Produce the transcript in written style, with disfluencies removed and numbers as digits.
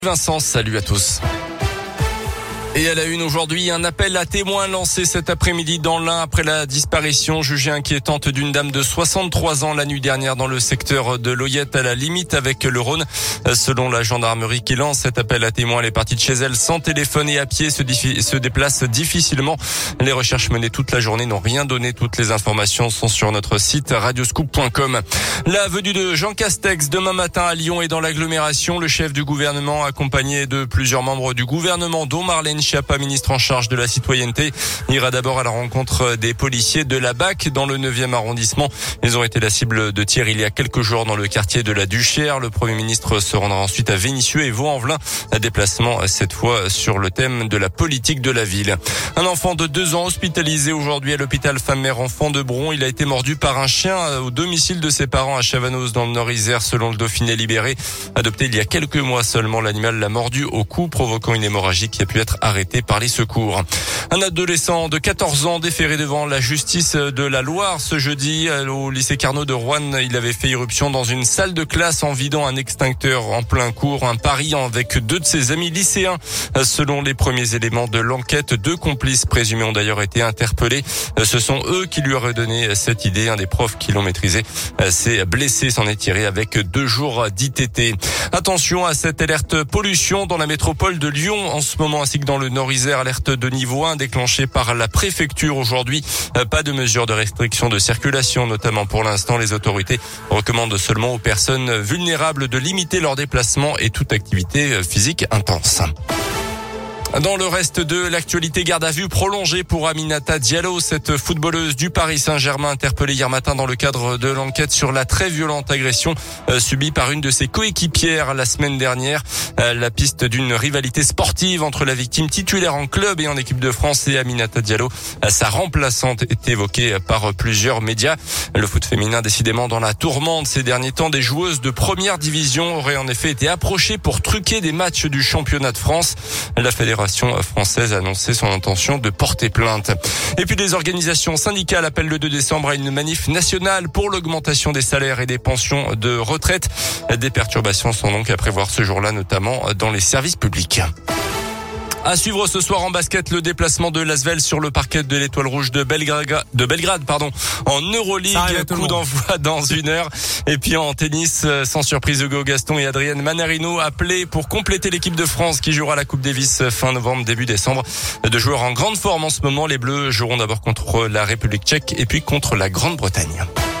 Vincent, salut à tous. Et à la une aujourd'hui, un appel à témoins lancé cet après-midi dans l'Ain après la disparition jugée inquiétante d'une dame de 63 ans la nuit dernière dans le secteur de l'Oyette à la limite avec le Rhône. Selon la gendarmerie qui lance cet appel à témoins, elle est partie de chez elle sans téléphone et à pied, se déplace difficilement. Les recherches menées toute la journée n'ont rien donné. Toutes les informations sont sur notre site radioscoop.com. La venue de Jean Castex demain matin à Lyon et dans l'agglomération. Le chef du gouvernement accompagné de plusieurs membres du gouvernement dont Marlène Schiappa, ministre en charge de la citoyenneté, ira d'abord à la rencontre des policiers de la BAC dans le 9e arrondissement. Ils ont été la cible de tirs il y a quelques jours dans le quartier de la Duchère. Le Premier ministre se rendra ensuite à Vénissieux et Vaux-en-Velin. Un déplacement cette fois sur le thème de la politique de la ville. Un enfant de 2 ans hospitalisé aujourd'hui à l'hôpital femme-mère-enfant de Bron. Il a été mordu par un chien au domicile de ses parents à Chavanoz dans le Nord-Isère selon le Dauphiné libéré. Adopté il y a quelques mois seulement, l'animal l'a mordu au cou provoquant une hémorragie qui a pu être arrêté par les secours. Un adolescent de 14 ans déféré devant la justice de la Loire ce jeudi au lycée Carnot de Roanne. Il avait fait irruption dans une salle de classe en vidant un extincteur en plein cours. Un pari avec 2 de ses amis lycéens. Selon les premiers éléments de l'enquête, 2 complices présumés ont d'ailleurs été interpellés. Ce sont eux qui lui auraient donné cette idée. Un des profs qui l'ont maîtrisé s'est blessé, s'en est tiré avec 2 jours d'ITT. Attention à cette alerte pollution dans la métropole de Lyon en ce moment ainsi que dans le Nord-Isère, alerte de niveau 1 déclenchée par la préfecture aujourd'hui. Pas de mesures de restriction de circulation, notamment pour l'instant. Les autorités recommandent seulement aux personnes vulnérables de limiter leurs déplacements et toute activité physique intense. Dans le reste de l'actualité, garde à vue prolongée pour Aminata Diallo, cette footballeuse du Paris Saint-Germain interpellée hier matin dans le cadre de l'enquête sur la très violente agression subie par une de ses coéquipières la semaine dernière. La piste d'une rivalité sportive entre la victime titulaire en club et en équipe de France et Aminata Diallo, sa remplaçante, est évoquée par plusieurs médias. Le foot féminin décidément dans la tourmente ces derniers temps. Des joueuses de première division auraient en effet été approchées pour truquer des matchs du championnat de France. La fédération française a annoncé son intention de porter plainte. Et puis des organisations syndicales appellent le 2 décembre à une manif nationale pour l'augmentation des salaires et des pensions de retraite. Des perturbations sont donc à prévoir ce jour-là, notamment dans les services publics. À suivre ce soir en basket, le déplacement de l'Asvel sur le parquet de l'Étoile Rouge de Belgrade, en Euroleague. Coup d'envoi dans 1 heure. Et puis en tennis, sans surprise, Hugo Gaston et Adrienne Manarino appelés pour compléter l'équipe de France qui jouera la Coupe Davis fin novembre, début décembre. 2 joueurs en grande forme en ce moment. Les Bleus joueront d'abord contre la République tchèque et puis contre la Grande-Bretagne.